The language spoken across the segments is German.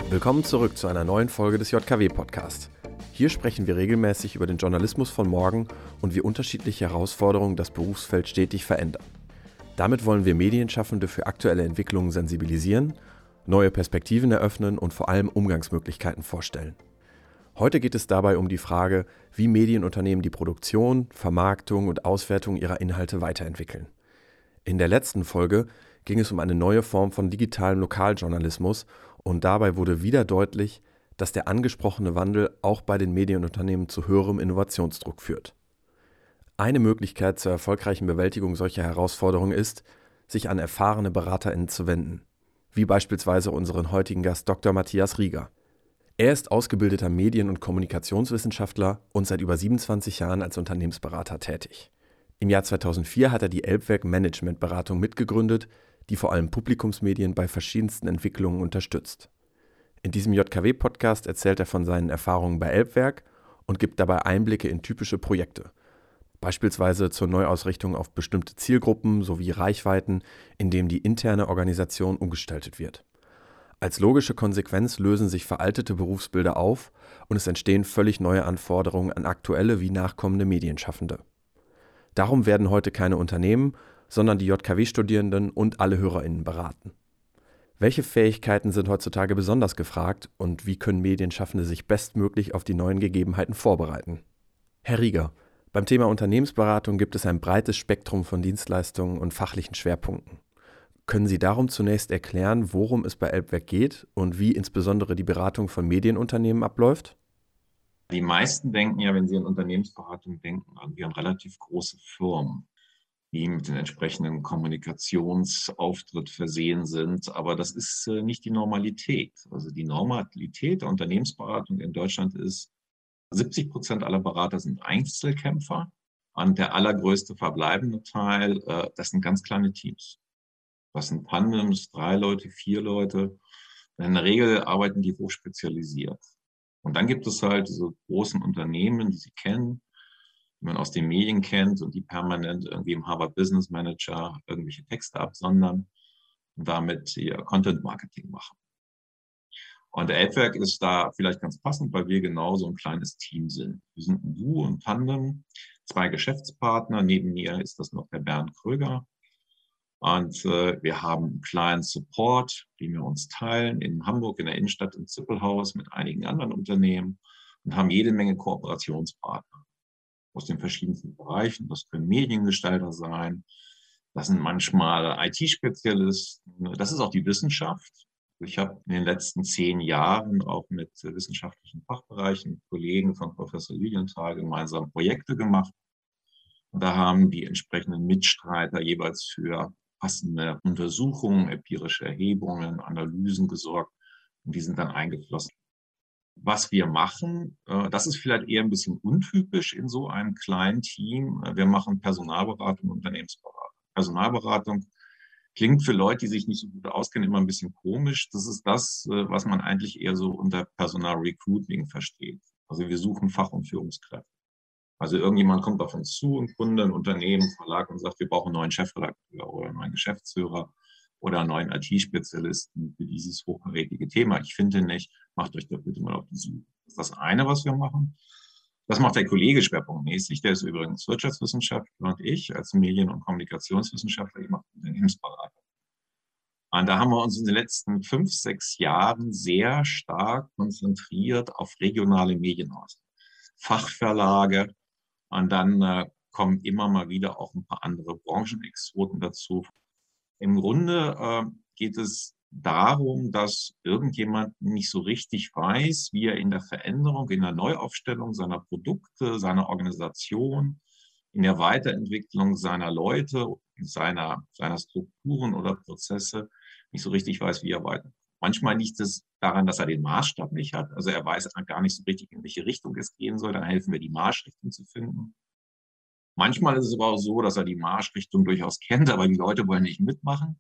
Willkommen zurück zu einer neuen Folge des JKW-Podcast. Hier sprechen wir regelmäßig über den Journalismus von morgen und wie unterschiedliche Herausforderungen das Berufsfeld stetig verändern. Damit wollen wir Medienschaffende für aktuelle Entwicklungen sensibilisieren, neue Perspektiven eröffnen und vor allem Umgangsmöglichkeiten vorstellen. Heute geht es dabei um die Frage, wie Medienunternehmen die Produktion, Vermarktung und Auswertung ihrer Inhalte weiterentwickeln. In der letzten Folge ging es um eine neue Form von digitalem Lokaljournalismus und dabei wurde wieder deutlich, dass der angesprochene Wandel auch bei den Medienunternehmen zu höherem Innovationsdruck führt. Eine Möglichkeit zur erfolgreichen Bewältigung solcher Herausforderungen ist, sich an erfahrene BeraterInnen zu wenden, wie beispielsweise unseren heutigen Gast Dr. Matthias Rieger. Er ist ausgebildeter Medien- und Kommunikationswissenschaftler und seit über 27 Jahren als Unternehmensberater tätig. Im Jahr 2004 hat er die Elbwerk Managementberatung mitgegründet, die vor allem Publikumsmedien bei verschiedensten Entwicklungen unterstützt. In diesem JKW-Podcast erzählt er von seinen Erfahrungen bei Elbwerk und gibt dabei Einblicke in typische Projekte, beispielsweise zur Neuausrichtung auf bestimmte Zielgruppen sowie Reichweiten, in denen die interne Organisation umgestaltet wird. Als logische Konsequenz lösen sich veraltete Berufsbilder auf und es entstehen völlig neue Anforderungen an aktuelle wie nachkommende Medienschaffende. Darum werden heute keine Unternehmen, sondern die JKW-Studierenden und alle HörerInnen beraten. Welche Fähigkeiten sind heutzutage besonders gefragt und wie können Medienschaffende sich bestmöglich auf die neuen Gegebenheiten vorbereiten? Herr Rieger, beim Thema Unternehmensberatung gibt es ein breites Spektrum von Dienstleistungen und fachlichen Schwerpunkten. Können Sie darum zunächst erklären, worum es bei Elbwerk geht und wie insbesondere die Beratung von Medienunternehmen abläuft? Die meisten denken ja, wenn sie an Unternehmensberatung denken, an relativ große Firmen, die mit den entsprechenden Kommunikationsauftritt versehen sind. Aber das ist nicht die Normalität. Also die Normalität der Unternehmensberatung in Deutschland ist, 70% aller Berater sind Einzelkämpfer und der allergrößte verbleibende Teil, das sind ganz kleine Teams. Das sind Tandems, 3 Leute, 4 Leute. In der Regel arbeiten die hochspezialisiert. Und dann gibt es halt diese großen Unternehmen, die Sie kennen, die man aus den Medien kennt und die permanent irgendwie im Harvard Business Manager irgendwelche Texte absondern und damit ihr Content Marketing machen. Und der Elbwerk ist da vielleicht ganz passend, weil wir genau so ein kleines Team sind. Wir sind ein Duo und Tandem, 2 Geschäftspartner. Neben mir ist das noch der Bernd Kröger. Und wir haben einen kleinen Support, den wir uns teilen in Hamburg in der Innenstadt im Zippelhaus mit einigen anderen Unternehmen und haben jede Menge Kooperationspartner aus den verschiedensten Bereichen. Das können Mediengestalter sein, das sind manchmal IT-Spezialisten, das ist auch die Wissenschaft. Ich habe in den letzten 10 Jahren auch mit wissenschaftlichen Fachbereichen, Kollegen von Professor Lilienthal gemeinsam Projekte gemacht. Und da haben die entsprechenden Mitstreiter jeweils für passende Untersuchungen, empirische Erhebungen, Analysen gesorgt und die sind dann eingeflossen. Was wir machen, das ist vielleicht eher ein bisschen untypisch in so einem kleinen Team. Wir machen Personalberatung und Unternehmensberatung. Personalberatung klingt für Leute, die sich nicht so gut auskennen, immer ein bisschen komisch. Das ist das, was man eigentlich eher so unter Personalrecruiting versteht. Also wir suchen Fach- und Führungskräfte. Also irgendjemand kommt auf uns zu, ein Kunde, ein Unternehmen, ein Verlag und sagt, wir brauchen einen neuen Chefredakteur oder einen neuen Geschäftsführer oder einen neuen IT-Spezialisten für dieses hochkarätige Thema. Ich finde nicht, macht euch da bitte mal auf die Suche. Das ist das eine, was wir machen. Das macht der Kollege schwerpunktmäßig, der ist übrigens Wirtschaftswissenschaftler und ich als Medien- und Kommunikationswissenschaftler, ich mache Unternehmensberatung. Und da haben wir uns in den letzten 5, 6 Jahren sehr stark konzentriert auf regionale Medienhäuser, Fachverlage, und dann kommen immer mal wieder auch ein paar andere Branchenexoten dazu. Im Grunde geht es darum, dass irgendjemand nicht so richtig weiß, wie er in der Veränderung, in der Neuaufstellung seiner Produkte, seiner Organisation, in der Weiterentwicklung seiner Leute, seiner Strukturen oder Prozesse nicht so richtig weiß, wie er weiter. Manchmal liegt es daran, dass er den Maßstab nicht hat. Also er weiß gar nicht so richtig, in welche Richtung es gehen soll. Dann helfen wir, die Marschrichtung zu finden. Manchmal ist es aber auch so, dass er die Marschrichtung durchaus kennt, aber die Leute wollen nicht mitmachen.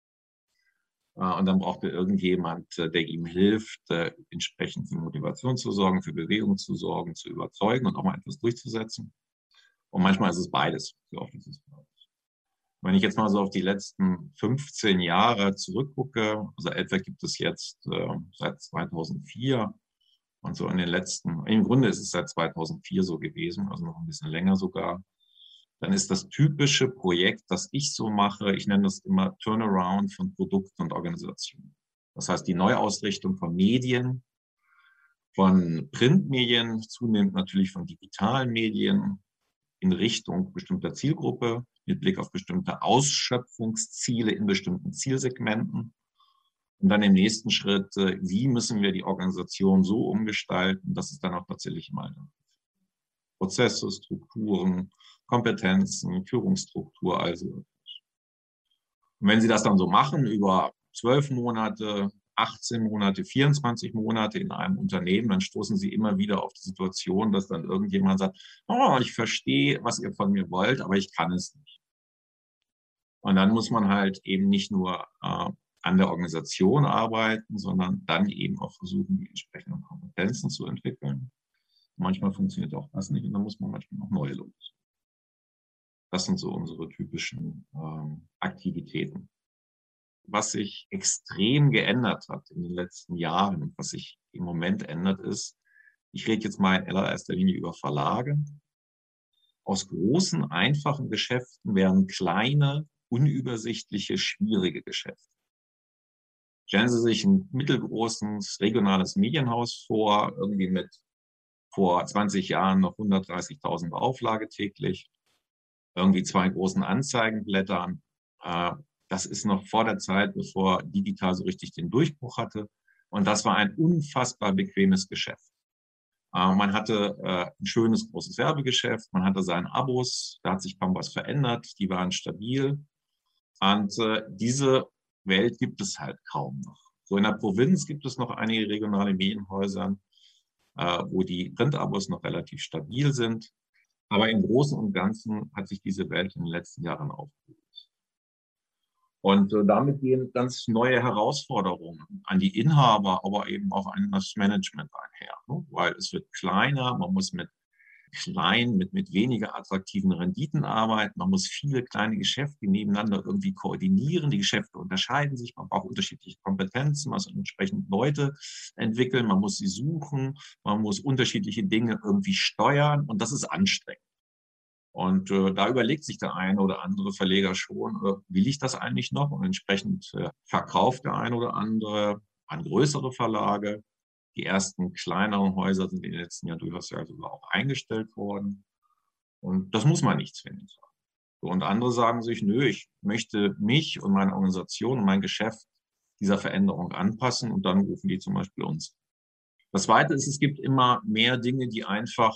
Und dann braucht er irgendjemand, der ihm hilft, entsprechend für Motivation zu sorgen, für Bewegung zu sorgen, zu überzeugen und auch mal etwas durchzusetzen. Und manchmal ist es beides. So oft ist es beides. Wenn ich jetzt mal so auf die letzten 15 Jahre zurückgucke, also etwa gibt es jetzt seit 2004 und so im Grunde ist es seit 2004 so gewesen, also noch ein bisschen länger sogar, dann ist das typische Projekt, das ich so mache, ich nenne das immer Turnaround von Produkt und Organisation. Das heißt, die Neuausrichtung von Medien, von Printmedien, zunehmend natürlich von digitalen Medien in Richtung bestimmter Zielgruppe, mit Blick auf bestimmte Ausschöpfungsziele in bestimmten Zielsegmenten. Und dann im nächsten Schritt, wie müssen wir die Organisation so umgestalten, dass es dann auch tatsächlich mal Prozesse, Strukturen, Kompetenzen, Führungsstruktur, also. Und wenn Sie das dann so machen über 12 Monate, 18 Monate, 24 Monate in einem Unternehmen, dann stoßen Sie immer wieder auf die Situation, dass dann irgendjemand sagt, oh, ich verstehe, was ihr von mir wollt, aber ich kann es nicht. Und dann muss man halt eben nicht nur an der Organisation arbeiten, sondern dann eben auch versuchen, die entsprechenden Kompetenzen zu entwickeln. Manchmal funktioniert auch das nicht und dann muss man manchmal noch neue los. Das sind so unsere typischen Aktivitäten. Was sich extrem geändert hat in den letzten Jahren und was sich im Moment ändert, ist, ich rede jetzt mal in allererster Linie über Verlage. Aus großen, einfachen Geschäften werden kleine, unübersichtliche, schwierige Geschäfte. Stellen Sie sich ein mittelgroßes regionales Medienhaus vor, irgendwie mit vor 20 Jahren noch 130.000 Auflage täglich, irgendwie 2 großen Anzeigenblättern. Das ist noch vor der Zeit, bevor digital so richtig den Durchbruch hatte. Und das war ein unfassbar bequemes Geschäft. Man hatte ein schönes, großes Werbegeschäft, man hatte seine Abos, da hat sich kaum was verändert, die waren stabil. Und diese Welt gibt es halt kaum noch. So in der Provinz gibt es noch einige regionale Medienhäuser, wo die Printabos noch relativ stabil sind. Aber im Großen und Ganzen hat sich diese Welt in den letzten Jahren aufgelöst. Und damit gehen ganz neue Herausforderungen an die Inhaber, aber eben auch an das Management einher. Ne? Weil es wird kleiner, man muss mit weniger attraktiven Renditen arbeiten, man muss viele kleine Geschäfte nebeneinander irgendwie koordinieren, die Geschäfte unterscheiden sich, man braucht unterschiedliche Kompetenzen, man muss entsprechend Leute entwickeln, man muss sie suchen, man muss unterschiedliche Dinge irgendwie steuern und das ist anstrengend. Und da überlegt sich der eine oder andere Verleger schon, will ich das eigentlich noch? Und entsprechend verkauft der eine oder andere an größere Verlage. Die ersten kleineren Häuser sind in den letzten Jahren durchaus ja sogar auch eingestellt worden. Und das muss man nicht zwingend sagen. Und andere sagen sich, nö, ich möchte mich und meine Organisation und mein Geschäft dieser Veränderung anpassen und dann rufen die zum Beispiel uns. Das Zweite ist, es gibt immer mehr Dinge, die einfach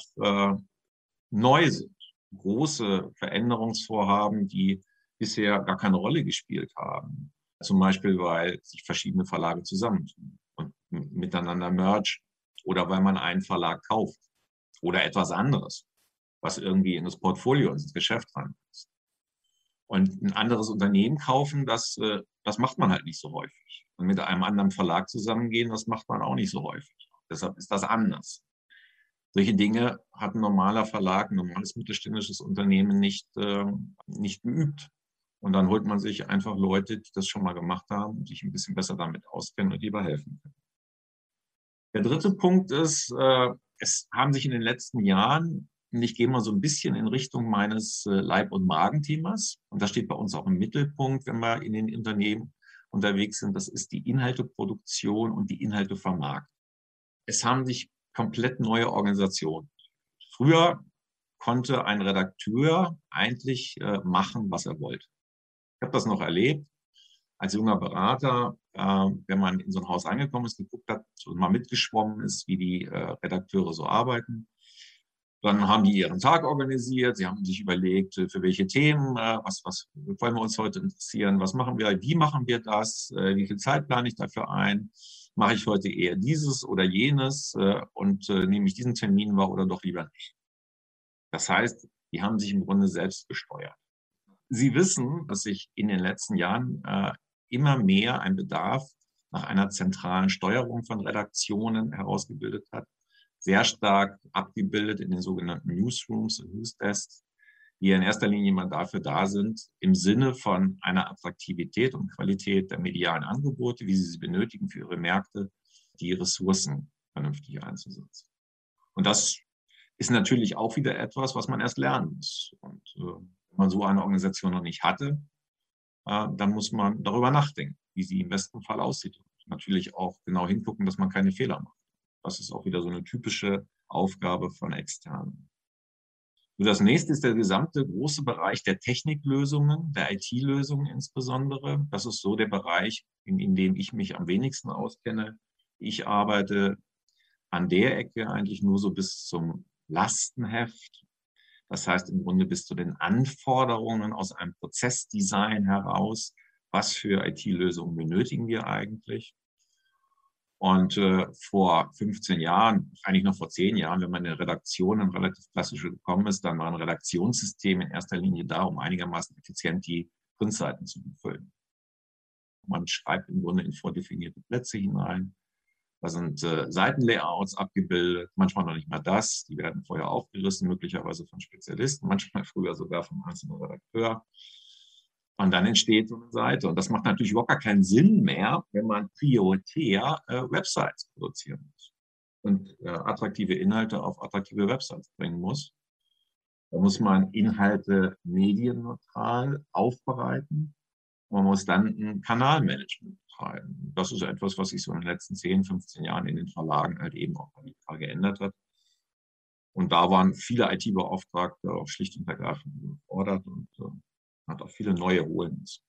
neu sind. Große Veränderungsvorhaben, die bisher gar keine Rolle gespielt haben. Zum Beispiel, weil sich verschiedene Verlage zusammentun und miteinander mergen oder weil man einen Verlag kauft oder etwas anderes, was irgendwie in das Portfolio, ins Geschäft reinpasst. Und ein anderes Unternehmen kaufen, das macht man halt nicht so häufig. Und mit einem anderen Verlag zusammengehen, das macht man auch nicht so häufig. Deshalb ist das anders. Solche Dinge hat ein normaler Verlag, ein normales mittelständisches Unternehmen nicht geübt. Und dann holt man sich einfach Leute, die das schon mal gemacht haben und sich ein bisschen besser damit auskennen und lieber helfen können. Der dritte Punkt ist, es haben sich in den letzten Jahren, und ich gehe mal so ein bisschen in Richtung meines Leib- und Magenthemas, und das steht bei uns auch im Mittelpunkt, wenn wir in den Unternehmen unterwegs sind, das ist die Inhalteproduktion und die Inhaltevermarktung. Es haben sich komplett neue Organisationen. Früher konnte ein Redakteur eigentlich machen, was er wollte. Ich habe das noch erlebt als junger Berater, wenn man in so ein Haus angekommen ist, geguckt hat und mal mitgeschwommen ist, wie die Redakteure so arbeiten. Dann haben die ihren Tag organisiert, sie haben sich überlegt, für welche Themen, was wollen wir uns heute interessieren, was machen wir, wie machen wir das, wie viel Zeit plane ich dafür ein, mache ich heute eher dieses oder jenes und nehme ich diesen Termin wahr oder doch lieber nicht. Das heißt, die haben sich im Grunde selbst gesteuert. Sie wissen, dass sich in den letzten Jahren immer mehr ein Bedarf nach einer zentralen Steuerung von Redaktionen herausgebildet hat. Sehr stark abgebildet in den sogenannten Newsrooms und Newsdesks, die in erster Linie mal dafür da sind, im Sinne von einer Attraktivität und Qualität der medialen Angebote, wie sie benötigen für ihre Märkte, die Ressourcen vernünftig einzusetzen. Und das ist natürlich auch wieder etwas, was man erst lernen muss. Und wenn man so eine Organisation noch nicht hatte, dann muss man darüber nachdenken, wie sie im besten Fall aussieht. Und natürlich auch genau hingucken, dass man keine Fehler macht. Das ist auch wieder so eine typische Aufgabe von Externen. Und das nächste ist der gesamte große Bereich der Techniklösungen, der IT-Lösungen insbesondere. Das ist so der Bereich, in dem ich mich am wenigsten auskenne. Ich arbeite an der Ecke eigentlich nur so bis zum Lastenheft. Das heißt im Grunde bis zu den Anforderungen aus einem Prozessdesign heraus. Was für IT-Lösungen benötigen wir eigentlich? Und vor 15 Jahren, eigentlich noch vor 10 Jahren, wenn man in Redaktionen relativ klassisch gekommen ist, dann war ein Redaktionssystem in erster Linie da, um einigermaßen effizient die Printseiten zu befüllen. Man schreibt im Grunde in vordefinierte Plätze hinein. Da sind Seitenlayouts abgebildet, manchmal noch nicht mal das. Die werden vorher aufgerissen, möglicherweise von Spezialisten, manchmal früher sogar vom einzelnen Redakteur. Und dann entsteht so eine Seite. Und das macht natürlich überhaupt gar keinen Sinn mehr, wenn man prioritär Websites produzieren muss und attraktive Inhalte auf attraktive Websites bringen muss. Da muss man Inhalte medienneutral aufbereiten. Man muss dann ein Kanalmanagement betreiben. Das ist etwas, was sich so in den letzten 10, 15 Jahren in den Verlagen halt eben auch radikal geändert hat. Und da waren viele IT-Beauftragte auch schlicht und ergreifend gefordert und hat auch viele neue holen müssen.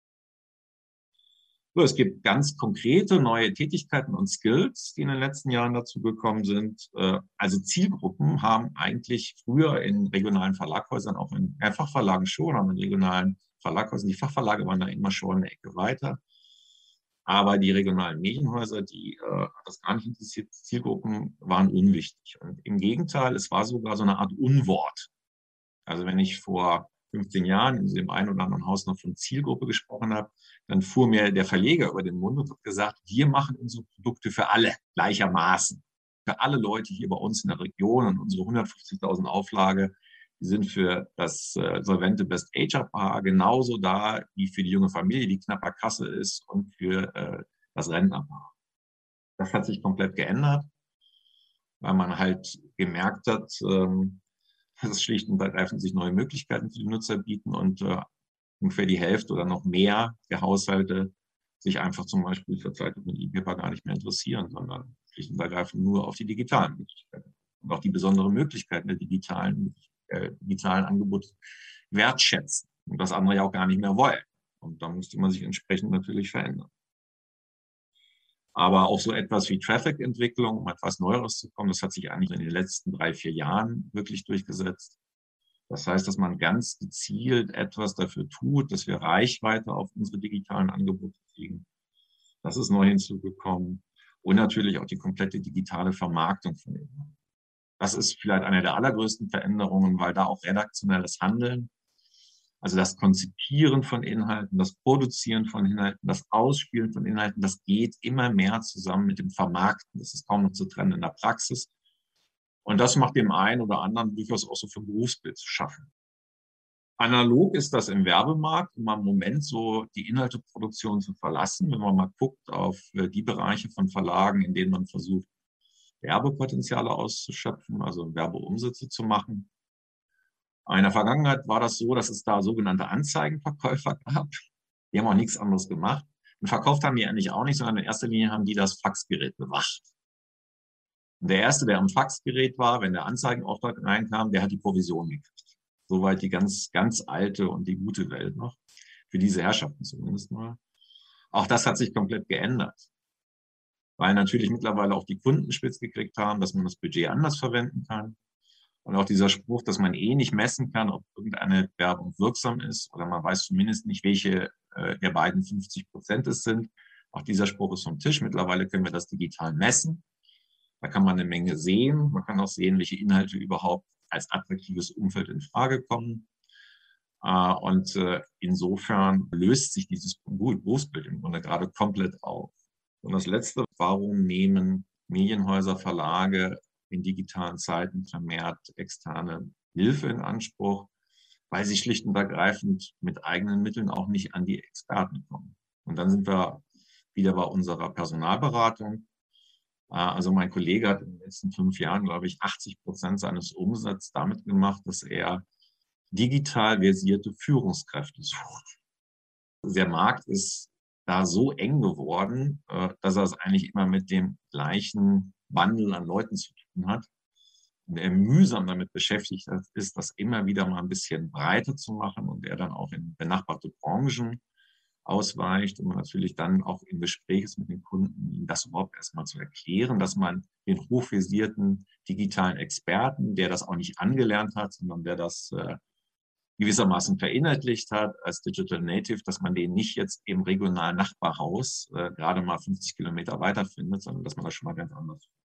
So, es gibt ganz konkrete neue Tätigkeiten und Skills, die in den letzten Jahren dazu gekommen sind. Also Zielgruppen haben eigentlich früher in regionalen Verlaghäusern, auch in Fachverlagen schon, aber in regionalen Verlaghäusern, die Fachverlage waren da immer schon eine Ecke weiter. Aber die regionalen Medienhäuser, die das gar nicht interessiert, Zielgruppen waren unwichtig. Und im Gegenteil, es war sogar so eine Art Unwort. Also wenn ich vor 15 Jahren in dem einen oder anderen Haus noch von Zielgruppe gesprochen habe, dann fuhr mir der Verleger über den Mund und hat gesagt, wir machen unsere Produkte für alle gleichermaßen. Für alle Leute hier bei uns in der Region und unsere 150.000 Auflage, die sind für das solvente Best-Ager-Paar genauso da wie für die junge Familie, die knapper Kasse ist und für das Rentnerpaar. Das hat sich komplett geändert, weil man halt gemerkt hat, dass es schlicht und ergreifend sich neue Möglichkeiten für die Nutzer bieten und ungefähr die Hälfte oder noch mehr der Haushalte sich einfach zum Beispiel für Zeitung und E-Paper gar nicht mehr interessieren, sondern schlicht und ergreifend nur auf die digitalen Möglichkeiten und auch die besonderen Möglichkeiten der digitalen Angebote wertschätzen und das andere ja auch gar nicht mehr wollen. Und da musste man sich entsprechend natürlich verändern. Aber auch so etwas wie Traffic-Entwicklung, um etwas Neueres zu kommen, das hat sich eigentlich in den letzten 3, 4 Jahren wirklich durchgesetzt. Das heißt, dass man ganz gezielt etwas dafür tut, dass wir Reichweite auf unsere digitalen Angebote kriegen. Das ist neu hinzugekommen. Und natürlich auch die komplette digitale Vermarktung von Inhalten. Das ist vielleicht eine der allergrößten Veränderungen, weil da auch redaktionelles Handeln, also das Konzipieren von Inhalten, das Produzieren von Inhalten, das Ausspielen von Inhalten, das geht immer mehr zusammen mit dem Vermarkten. Das ist kaum noch zu trennen in der Praxis. Und das macht dem einen oder anderen durchaus auch so für Berufsbild zu schaffen. Analog ist das im Werbemarkt, um am Moment so die Inhalteproduktion zu verlassen, wenn man mal guckt auf die Bereiche von Verlagen, in denen man versucht, Werbepotenziale auszuschöpfen, also Werbeumsätze zu machen. In der Vergangenheit war das so, dass es da sogenannte Anzeigenverkäufer gab. Die haben auch nichts anderes gemacht. Und verkauft haben die eigentlich auch nicht, sondern in erster Linie haben die das Faxgerät bewacht. Und der Erste, der am Faxgerät war, wenn der Anzeigenauftrag reinkam, der hat die Provision gekriegt. Soweit die ganz, ganz alte und die gute Welt noch. Für diese Herrschaften zumindest mal. Auch das hat sich komplett geändert. Weil natürlich mittlerweile auch die Kunden spitz gekriegt haben, dass man das Budget anders verwenden kann. Und auch dieser Spruch, dass man nicht messen kann, ob irgendeine Werbung wirksam ist oder man weiß zumindest nicht, welche der beiden 50% es sind. Auch dieser Spruch ist vom Tisch. Mittlerweile können wir das digital messen. Da kann man eine Menge sehen. Man kann auch sehen, welche Inhalte überhaupt als attraktives Umfeld in Frage kommen. Und insofern löst sich dieses Berufsbild im Grunde gerade komplett auf. Und das Letzte, warum nehmen Medienhäuser, Verlage in digitalen Zeiten vermehrt externe Hilfe in Anspruch, weil sie schlicht und ergreifend mit eigenen Mitteln auch nicht an die Experten kommen. Und dann sind wir wieder bei unserer Personalberatung. Also mein Kollege hat in den letzten 5 Jahren, glaube ich, 80% seines Umsatzes damit gemacht, dass er digital versierte Führungskräfte sucht. Der Markt ist da so eng geworden, dass er es eigentlich immer mit dem gleichen Bundle an Leuten zu tun hat. Und er mühsam damit beschäftigt ist, das immer wieder mal ein bisschen breiter zu machen und er dann auch in benachbarte Branchen ausweicht und man natürlich dann auch im Gespräch ist mit den Kunden, ihnen das überhaupt erstmal zu erklären, dass man den hochvisierten digitalen Experten, der das auch nicht angelernt hat, sondern der das gewissermaßen verinnerlicht hat als Digital Native, dass man den nicht jetzt im regionalen Nachbarhaus gerade mal 50 Kilometer weiter findet, sondern dass man das schon mal ganz anders findet.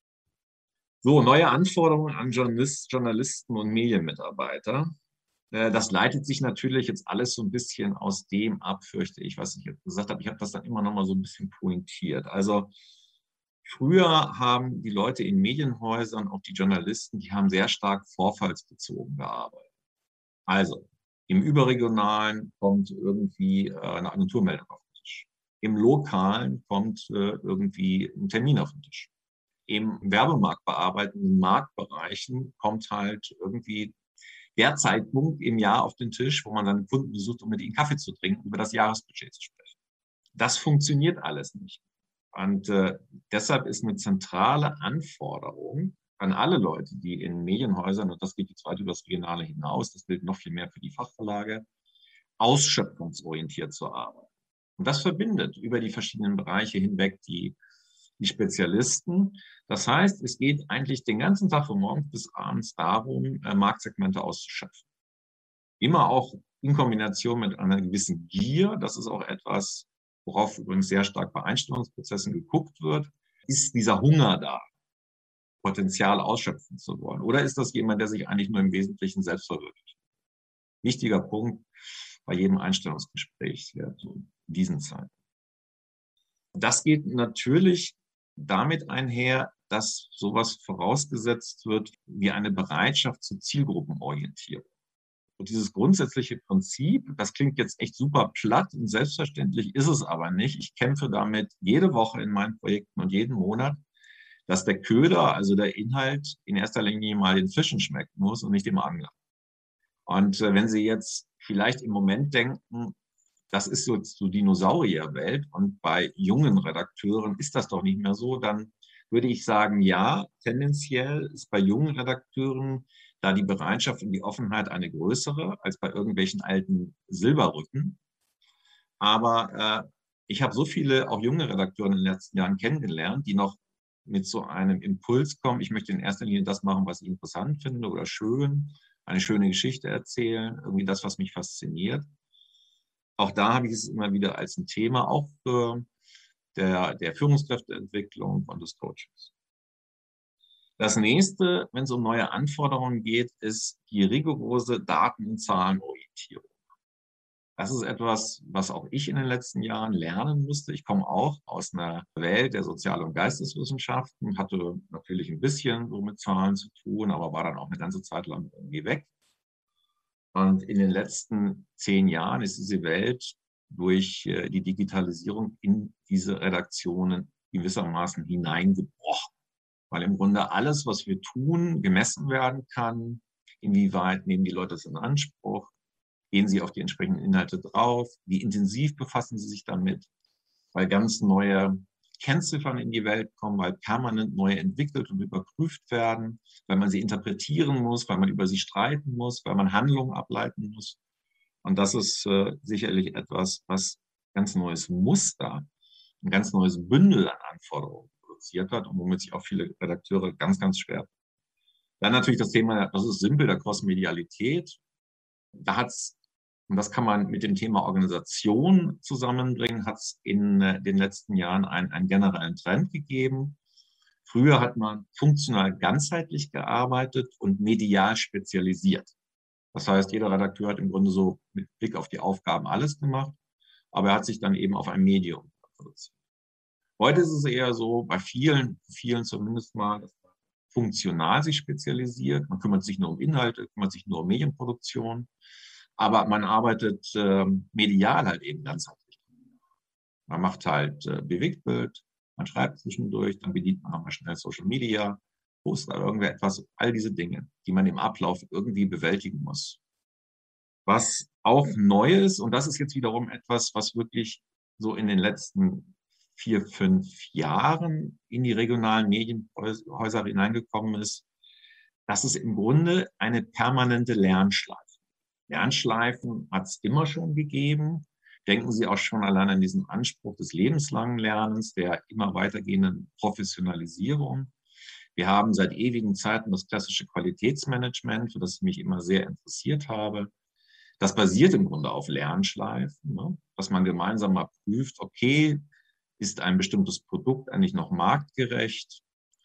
So, neue Anforderungen an Journalisten und Medienmitarbeiter. Das leitet sich natürlich jetzt alles so ein bisschen aus dem ab, fürchte ich, was ich jetzt gesagt habe. Ich habe das dann immer noch mal so ein bisschen pointiert. Also früher haben die Leute in Medienhäusern, auch die Journalisten, die haben sehr stark vorfallsbezogen gearbeitet. Also im Überregionalen kommt irgendwie eine Agenturmeldung auf den Tisch. Im Lokalen kommt irgendwie ein Termin auf den Tisch. Im Werbemarkt bearbeitenden Marktbereichen kommt halt irgendwie der Zeitpunkt im Jahr auf den Tisch, wo man dann Kunden besucht, um mit ihnen Kaffee zu trinken, über das Jahresbudget zu sprechen. Das funktioniert alles nicht. Und deshalb ist eine zentrale Anforderung an alle Leute, die in Medienhäusern, und das geht jetzt weit über das Regionale hinaus, das gilt noch viel mehr für die Fachverlage, ausschöpfungsorientiert zu arbeiten. Und das verbindet über die verschiedenen Bereiche hinweg die Spezialisten. Das heißt, es geht eigentlich den ganzen Tag von morgens bis abends darum, Marktsegmente auszuschöpfen. Immer auch in Kombination mit einer gewissen Gier. Das ist auch etwas, worauf übrigens sehr stark bei Einstellungsprozessen geguckt wird. Ist dieser Hunger da, Potenzial ausschöpfen zu wollen? Oder ist das jemand, der sich eigentlich nur im Wesentlichen selbst verwirklicht? Wichtiger Punkt bei jedem Einstellungsgespräch zu diesen Zeiten. Das geht natürlich damit einher, dass sowas vorausgesetzt wird wie eine Bereitschaft zur Zielgruppenorientierung. Und dieses grundsätzliche Prinzip, das klingt jetzt echt super platt und selbstverständlich ist es aber nicht. Ich kämpfe damit jede Woche in meinen Projekten und jeden Monat, dass der Köder, also der Inhalt, in erster Linie mal den Fischen schmecken muss und nicht dem Angler. Und wenn Sie jetzt vielleicht im Moment denken, das ist so Dinosaurierwelt und bei jungen Redakteuren ist das doch nicht mehr so, dann würde ich sagen, ja, tendenziell ist bei jungen Redakteuren da die Bereitschaft und die Offenheit eine größere als bei irgendwelchen alten Silberrücken. Aber ich habe so viele auch junge Redakteure in den letzten Jahren kennengelernt, die noch mit so einem Impuls kommen, ich möchte in erster Linie das machen, was ich interessant finde oder schön, eine schöne Geschichte erzählen, irgendwie das, was mich fasziniert. Auch da habe ich es immer wieder als ein Thema, auch der Führungskräfteentwicklung und des Coachings. Das nächste, wenn es um neue Anforderungen geht, ist die rigorose Daten- und Zahlenorientierung. Das ist etwas, was auch ich in den letzten Jahren lernen musste. Ich komme auch aus einer Welt der Sozial- und Geisteswissenschaften, hatte natürlich ein bisschen so mit Zahlen zu tun, aber war dann auch eine ganze Zeit lang irgendwie weg. Und in den letzten 10 Jahren ist diese Welt durch die Digitalisierung in diese Redaktionen gewissermaßen hineingebrochen. Weil im Grunde alles, was wir tun, gemessen werden kann. Inwieweit nehmen die Leute es in Anspruch? Gehen sie auf die entsprechenden Inhalte drauf? Wie intensiv befassen sie sich damit? Weil ganz neue Kennziffern in die Welt kommen, weil permanent neue entwickelt und überprüft werden, weil man sie interpretieren muss, weil man über sie streiten muss, weil man Handlungen ableiten muss. Und das ist sicherlich etwas, was ganz neues Muster, ein ganz neues Bündel an Anforderungen produziert hat und womit sich auch viele Redakteure ganz, ganz schwer. Dann natürlich das Thema, das ist simpel, der Cross-Medialität. Da hat es, und das kann man mit dem Thema Organisation zusammenbringen, hat es in den letzten Jahren einen generellen Trend gegeben. Früher hat man funktional ganzheitlich gearbeitet und medial spezialisiert. Das heißt, jeder Redakteur hat im Grunde so mit Blick auf die Aufgaben alles gemacht, aber er hat sich dann eben auf ein Medium reduziert. Heute ist es eher so, bei vielen zumindest mal, dass funktional sich spezialisiert. Man kümmert sich nur um Inhalte, kümmert sich nur um Medienproduktion, aber man arbeitet medial halt eben ganzheitlich. Man macht halt Bewegtbild, man schreibt zwischendurch, dann bedient man nochmal schnell Social Media, postet irgendetwas, all diese Dinge, die man im Ablauf irgendwie bewältigen muss. Was auch neu ist, und das ist jetzt wiederum etwas, was wirklich so in den letzten 4, 5 Jahren in die regionalen Medienhäuser hineingekommen ist, das ist im Grunde eine permanente Lernschleife. Lernschleifen hat es immer schon gegeben. Denken Sie auch schon allein an diesen Anspruch des lebenslangen Lernens, der immer weitergehenden Professionalisierung. Wir haben seit ewigen Zeiten das klassische Qualitätsmanagement, für das ich mich immer sehr interessiert habe. Das basiert im Grunde auf Lernschleifen, ne? Dass man gemeinsam mal prüft, okay, ist ein bestimmtes Produkt eigentlich noch marktgerecht?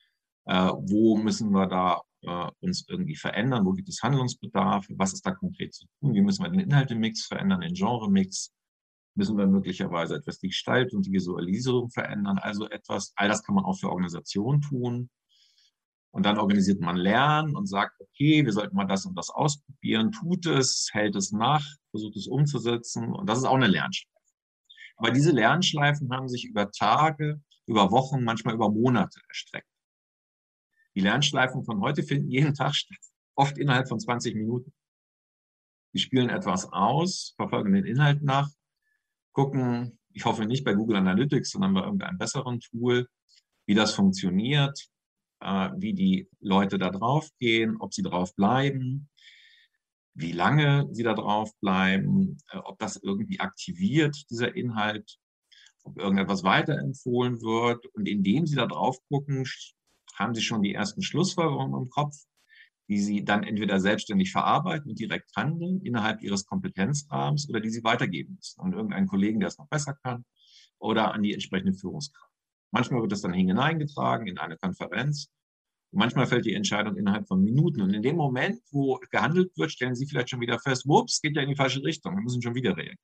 Wo müssen wir da uns irgendwie verändern? Wo gibt es Handlungsbedarf? Was ist da konkret zu tun? Wie müssen wir den Inhaltemix verändern, den Genremix? Müssen wir möglicherweise etwas die Gestaltung und die Visualisierung verändern? Also etwas, all das kann man auch für Organisationen tun. Und dann organisiert man Lernen und sagt, okay, wir sollten mal das und das ausprobieren, tut es, hält es nach, versucht es umzusetzen. Und das ist auch eine Lernschleife. Aber diese Lernschleifen haben sich über Tage, über Wochen, manchmal über Monate erstreckt. Die Lernschleifen von heute finden jeden Tag statt, oft innerhalb von 20 Minuten. Sie spielen etwas aus, verfolgen den Inhalt nach, gucken, ich hoffe nicht bei Google Analytics, sondern bei irgendeinem besseren Tool, wie das funktioniert, wie die Leute da drauf gehen, ob sie drauf bleiben, wie lange sie da drauf bleiben, ob das irgendwie aktiviert, dieser Inhalt, ob irgendetwas weiterempfohlen wird. Und indem sie da drauf gucken, haben sie schon die ersten Schlussfolgerungen im Kopf, die sie dann entweder selbstständig verarbeiten und direkt handeln innerhalb ihres Kompetenzrahmens oder die sie weitergeben müssen an irgendeinen Kollegen, der es noch besser kann, oder an die entsprechende Führungskraft. Manchmal wird das dann hineingetragen in eine Konferenz. Und manchmal fällt die Entscheidung innerhalb von Minuten. Und in dem Moment, wo gehandelt wird, stellen Sie vielleicht schon wieder fest, ups, geht ja in die falsche Richtung. Wir müssen schon wieder reagieren.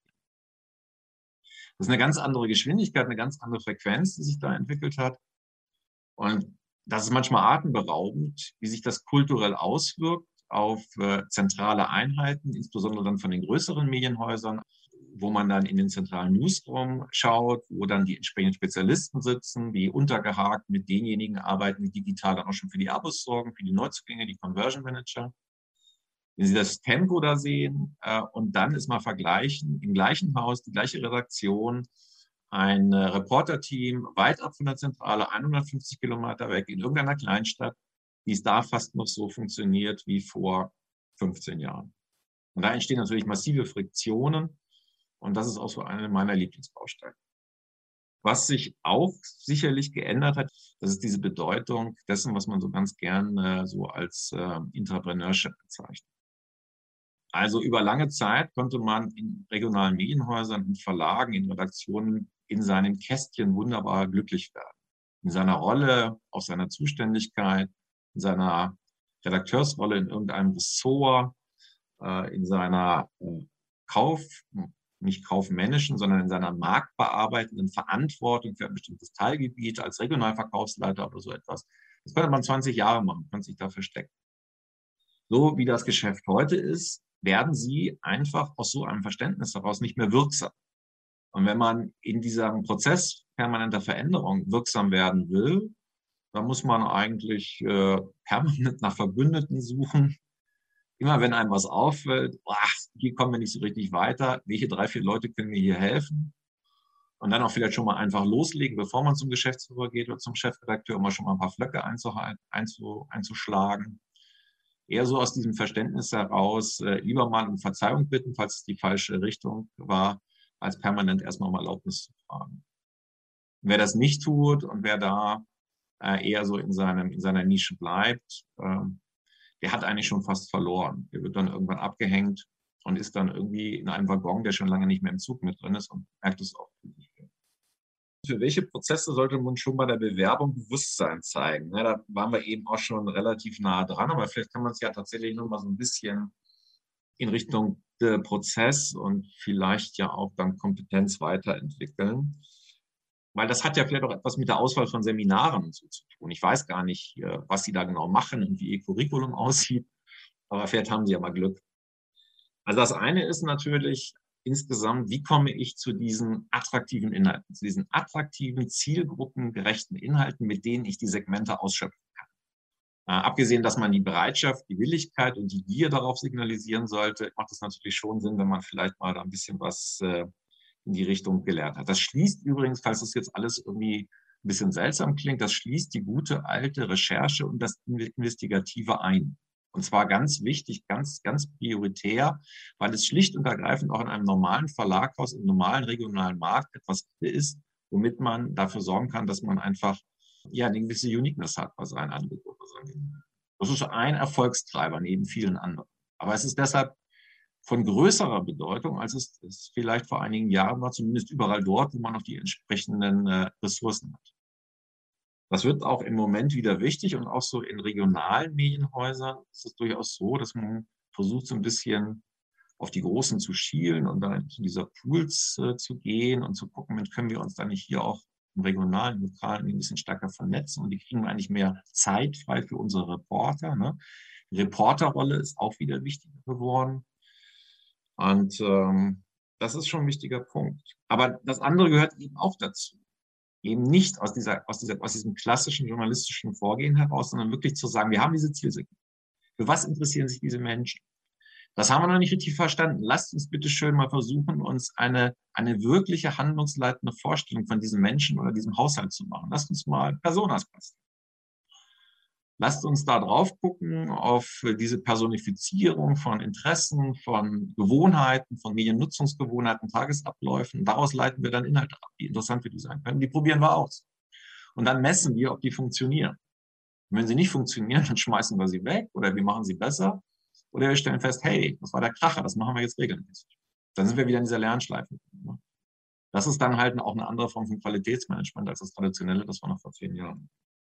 Das ist eine ganz andere Geschwindigkeit, eine ganz andere Frequenz, die sich da entwickelt hat. Und das ist manchmal atemberaubend, wie sich das kulturell auswirkt auf zentrale Einheiten, insbesondere dann von den größeren Medienhäusern, wo man dann in den zentralen Newsroom schaut, wo dann die entsprechenden Spezialisten sitzen, die untergehakt mit denjenigen arbeiten, die digital dann auch schon für die Abos sorgen, für die Neuzugänge, die Conversion Manager. Wenn Sie das Tempo da sehen und dann ist mal vergleichen, im gleichen Haus, die gleiche Redaktion, ein Reporterteam weit ab von der Zentrale, 150 Kilometer weg, in irgendeiner Kleinstadt, wie es da fast noch so funktioniert wie vor 15 Jahren. Und da entstehen natürlich massive Friktionen und das ist auch so eine meiner Lieblingsbausteine. Was sich auch sicherlich geändert hat, das ist diese Bedeutung dessen, was man so ganz gern so als Intrapreneurship bezeichnet. Also über lange Zeit konnte man in regionalen Medienhäusern, in Verlagen, in Redaktionen in seinem Kästchen wunderbar glücklich werden. In seiner Rolle, auf seiner Zuständigkeit, in seiner Redakteursrolle in irgendeinem Ressort, in seiner nicht kaufmännischen, sondern in seiner marktbearbeitenden Verantwortung für ein bestimmtes Teilgebiet als Regionalverkaufsleiter oder so etwas. Das könnte man 20 Jahre machen, könnte sich da verstecken. So wie das Geschäft heute ist, werden sie einfach aus so einem Verständnis daraus nicht mehr wirksam. Und wenn man in diesem Prozess permanenter Veränderung wirksam werden will, dann muss man eigentlich permanent nach Verbündeten suchen. Immer wenn einem was auffällt, hier kommen wir nicht so richtig weiter, welche 3, 4 Leute können mir hier helfen? Und dann auch vielleicht schon mal einfach loslegen, bevor man zum Geschäftsführer geht oder zum Chefredakteur, um mal schon mal ein paar Flöcke einzuschlagen. Eher so aus diesem Verständnis heraus, lieber mal um Verzeihung bitten, falls es die falsche Richtung war, als permanent erstmal um Erlaubnis zu fragen. Und wer das nicht tut und wer da eher so in seiner Nische bleibt, der hat eigentlich schon fast verloren. Der wird dann irgendwann abgehängt und ist dann irgendwie in einem Waggon, der schon lange nicht mehr im Zug mit drin ist und merkt es auch. Für welche Prozesse sollte man schon bei der Bewerbung Bewusstsein zeigen? Ja, da waren wir eben auch schon relativ nah dran, aber vielleicht kann man es ja tatsächlich noch mal so ein bisschen in Richtung Prozess und vielleicht ja auch dann Kompetenz weiterentwickeln. Weil das hat ja vielleicht auch etwas mit der Auswahl von Seminaren und so zu tun. Ich weiß gar nicht, was Sie da genau machen und wie Ihr Curriculum aussieht, aber vielleicht haben Sie ja mal Glück. Also das eine ist natürlich insgesamt, wie komme ich zu diesen attraktiven Inhalten, zu diesen attraktiven, zielgruppengerechten Inhalten, mit denen ich die Segmente ausschöpfen kann. Abgesehen, dass man die Bereitschaft, die Willigkeit und die Gier darauf signalisieren sollte, macht es natürlich schon Sinn, wenn man vielleicht mal da ein bisschen was in die Richtung gelernt hat. Das schließt übrigens, falls das jetzt alles irgendwie ein bisschen seltsam klingt, das schließt die gute alte Recherche und das Investigative ein. Und zwar ganz wichtig, ganz prioritär, weil es schlicht und ergreifend auch in einem normalen Verlagshaus, im normalen regionalen Markt etwas ist, womit man dafür sorgen kann, dass man einfach eine gewisse Uniqueness hat bei seinen Angeboten. Das ist ein Erfolgstreiber neben vielen anderen. Aber es ist deshalb von größerer Bedeutung, als es vielleicht vor einigen Jahren war, zumindest überall dort, wo man noch die entsprechenden Ressourcen hat. Das wird auch im Moment wieder wichtig und auch so in regionalen Medienhäusern ist es durchaus so, dass man versucht, so ein bisschen auf die Großen zu schielen und dann in dieser Pools zu gehen und zu gucken, können wir uns da nicht hier auch im regionalen, lokalen ein bisschen stärker vernetzen und die kriegen eigentlich mehr Zeit frei für unsere Reporter. Ne? Die Reporterrolle ist auch wieder wichtiger geworden. Und das ist schon ein wichtiger Punkt. Aber das andere gehört eben auch dazu. Eben nicht aus diesem klassischen journalistischen Vorgehen heraus, sondern wirklich zu sagen, wir haben diese Zielsequenz. Für was interessieren sich diese Menschen? Das haben wir noch nicht richtig verstanden. Lasst uns bitte schön mal versuchen, uns eine wirkliche handlungsleitende Vorstellung von diesen Menschen oder diesem Haushalt zu machen. Lasst uns mal Personas basteln. Lasst uns da drauf gucken, auf diese Personifizierung von Interessen, von Gewohnheiten, von Mediennutzungsgewohnheiten, Tagesabläufen. Daraus leiten wir dann Inhalte ab, die interessant für die sein können. Die probieren wir aus. Und dann messen wir, ob die funktionieren. Und wenn sie nicht funktionieren, dann schmeißen wir sie weg oder wir machen sie besser. Oder wir stellen fest, hey, das war der Kracher, das machen wir jetzt regelmäßig. Dann sind wir wieder in dieser Lernschleife. Das ist dann halt auch eine andere Form von Qualitätsmanagement als das traditionelle, das war noch vor 10 Jahren.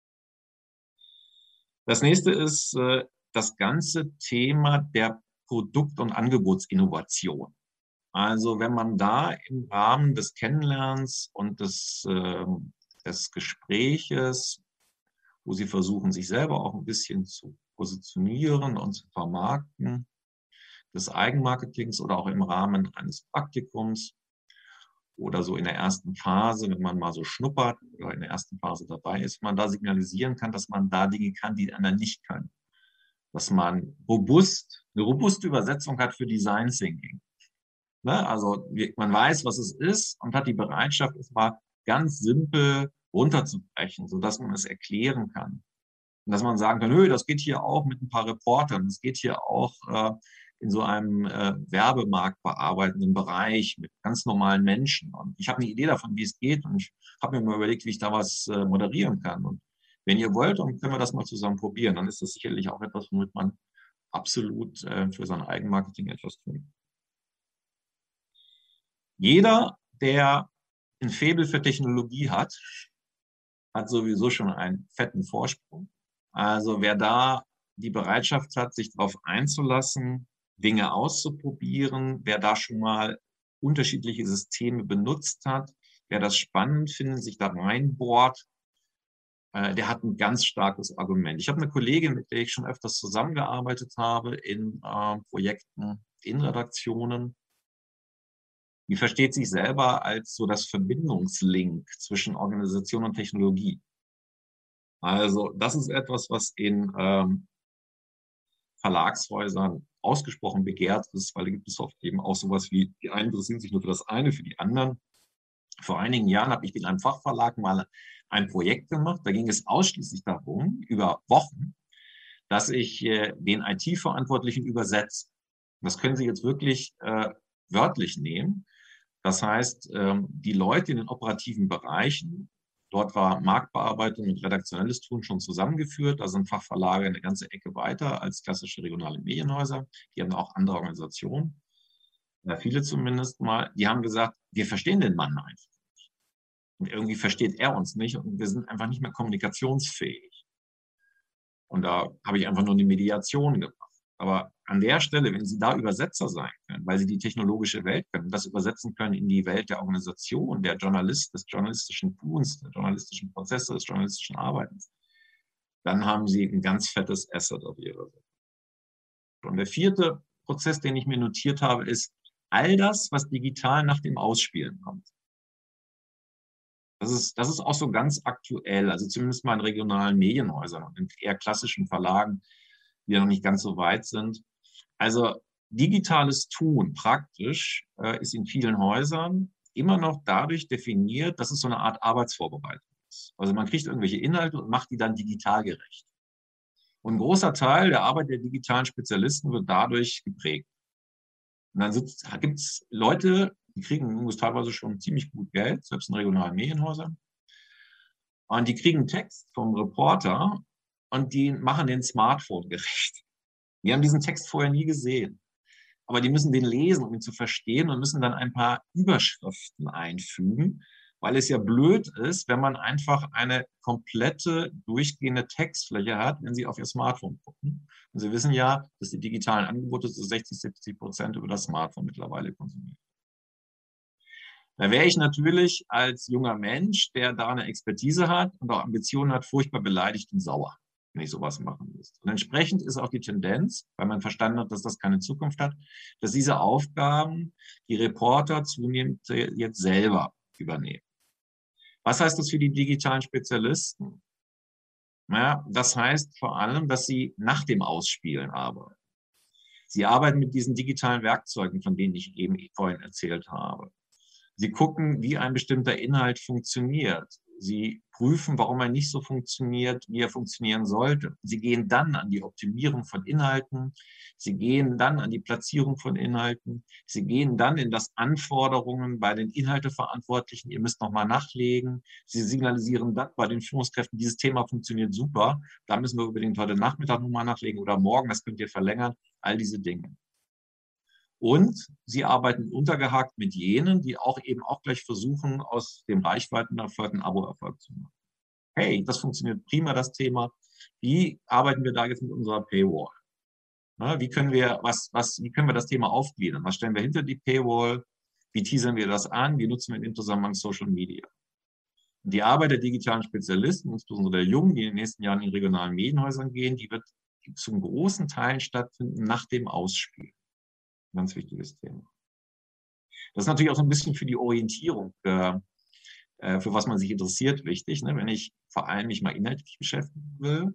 Das nächste ist das ganze Thema der Produkt- und Angebotsinnovation. Also wenn man da im Rahmen des Kennenlernens und des Gespräches, wo Sie versuchen, sich selber auch ein bisschen zu positionieren und zu vermarkten, des Eigenmarketings oder auch im Rahmen eines Praktikums oder so in der ersten Phase, wenn man mal so schnuppert oder in der ersten Phase dabei ist, man da signalisieren kann, dass man da Dinge kann, die die anderen nicht können. Dass man eine robuste Übersetzung hat für Design Thinking. Ne? Also man weiß, was es ist und hat die Bereitschaft, es mal ganz simpel runterzubrechen, sodass man es erklären kann. Und dass man sagen kann, das geht hier auch mit ein paar Reportern, das geht hier auch in so einem Werbemarkt bearbeitenden Bereich mit ganz normalen Menschen. Und ich habe eine Idee davon, wie es geht und ich habe mir mal überlegt, wie ich da was moderieren kann. Und wenn ihr wollt, dann können wir das mal zusammen probieren. Dann ist das sicherlich auch etwas, womit man absolut für sein Eigenmarketing etwas tut. Jeder, der ein Faible für Technologie hat sowieso schon einen fetten Vorsprung. Also wer da die Bereitschaft hat, sich darauf einzulassen, Dinge auszuprobieren, wer da schon mal unterschiedliche Systeme benutzt hat, wer das spannend findet, sich da reinbohrt, der hat ein ganz starkes Argument. Ich habe eine Kollegin, mit der ich schon öfters zusammengearbeitet habe in Projekten, in Redaktionen. Die versteht sich selber als so das Verbindungslink zwischen Organisation und Technologie. Also das ist etwas, was in Verlagshäusern ausgesprochen begehrt ist, weil da gibt es oft eben auch sowas wie, die einen interessieren sich nur für das eine, für die anderen. Vor einigen Jahren habe ich in einem Fachverlag mal ein Projekt gemacht, da ging es ausschließlich darum, über Wochen, dass ich den IT-Verantwortlichen übersetze. Das können Sie jetzt wirklich wörtlich nehmen. Das heißt, die Leute in den operativen Bereichen, dort war Marktbearbeitung und redaktionelles Tun schon zusammengeführt. Da sind Fachverlage eine ganze Ecke weiter als klassische regionale Medienhäuser. Die haben auch andere Organisationen, viele zumindest mal. Die haben gesagt, wir verstehen den Mann einfach nicht. Und irgendwie versteht er uns nicht und wir sind einfach nicht mehr kommunikationsfähig. Und da habe ich einfach nur eine Mediation gemacht. Aber an der Stelle, wenn Sie da Übersetzer sein können, können, weil sie die technologische Welt können, das übersetzen können in die Welt der Organisation, der Journalist, des journalistischen Tuns, der journalistischen Prozesse, des journalistischen Arbeitens, dann haben sie ein ganz fettes Asset auf ihrer Seite. Und der vierte Prozess, den ich mir notiert habe, ist all das, was digital nach dem Ausspielen kommt. Das ist auch so ganz aktuell, also zumindest mal in regionalen Medienhäusern und in eher klassischen Verlagen, die ja noch nicht ganz so weit sind. Also digitales Tun praktisch ist in vielen Häusern immer noch dadurch definiert, dass es so eine Art Arbeitsvorbereitung ist. Also man kriegt irgendwelche Inhalte und macht die dann digital gerecht. Und ein großer Teil der Arbeit der digitalen Spezialisten wird dadurch geprägt. Und dann gibt es Leute, die kriegen teilweise schon ziemlich gut Geld, selbst in regionalen Medienhäusern. Und die kriegen einen Text vom Reporter und die machen den Smartphone gerecht. Die haben diesen Text vorher nie gesehen. Aber die müssen den lesen, um ihn zu verstehen, und müssen dann ein paar Überschriften einfügen, weil es ja blöd ist, wenn man einfach eine komplette durchgehende Textfläche hat, wenn Sie auf Ihr Smartphone gucken. Und Sie wissen ja, dass die digitalen Angebote zu 60-70% über das Smartphone mittlerweile konsumieren. Da wäre ich natürlich als junger Mensch, der da eine Expertise hat und auch Ambitionen hat, furchtbar beleidigt und sauer, wenn ich sowas machen müsste. Und entsprechend ist auch die Tendenz, weil man verstanden hat, dass das keine Zukunft hat, dass diese Aufgaben die Reporter zunehmend jetzt selber übernehmen. Was heißt das für die digitalen Spezialisten? Naja, das heißt vor allem, dass sie nach dem Ausspielen arbeiten. Sie arbeiten mit diesen digitalen Werkzeugen, von denen ich eben vorhin erzählt habe. Sie gucken, wie ein bestimmter Inhalt funktioniert. Sie prüfen, warum er nicht so funktioniert, wie er funktionieren sollte. Sie gehen dann an die Optimierung von Inhalten. Sie gehen dann an die Platzierung von Inhalten. Sie gehen dann in das Anforderungen bei den Inhalteverantwortlichen. Ihr müsst nochmal nachlegen. Sie signalisieren dann bei den Führungskräften, dieses Thema funktioniert super. Da müssen wir unbedingt heute Nachmittag nochmal nachlegen oder morgen. Das könnt ihr verlängern. All diese Dinge. Und sie arbeiten untergehakt mit jenen, die auch eben auch gleich versuchen, aus dem Reichweitenerfolg ein Abo-Erfolg zu machen. Hey, das funktioniert prima, das Thema. Wie arbeiten wir da jetzt mit unserer Paywall? Na, wie können wir das Thema aufgliedern? Was stellen wir hinter die Paywall? Wie teasern wir das an? Wie nutzen wir in dem Zusammenhang Social Media? Und die Arbeit der digitalen Spezialisten, insbesondere der Jungen, die in den nächsten Jahren in regionalen Medienhäusern gehen, die wird zum großen Teil stattfinden nach dem Ausspielen. Ganz wichtiges Thema. Das ist natürlich auch so ein bisschen für die Orientierung, für was man sich interessiert, wichtig. Ne? Wenn ich vor allem mich mal inhaltlich beschäftigen will,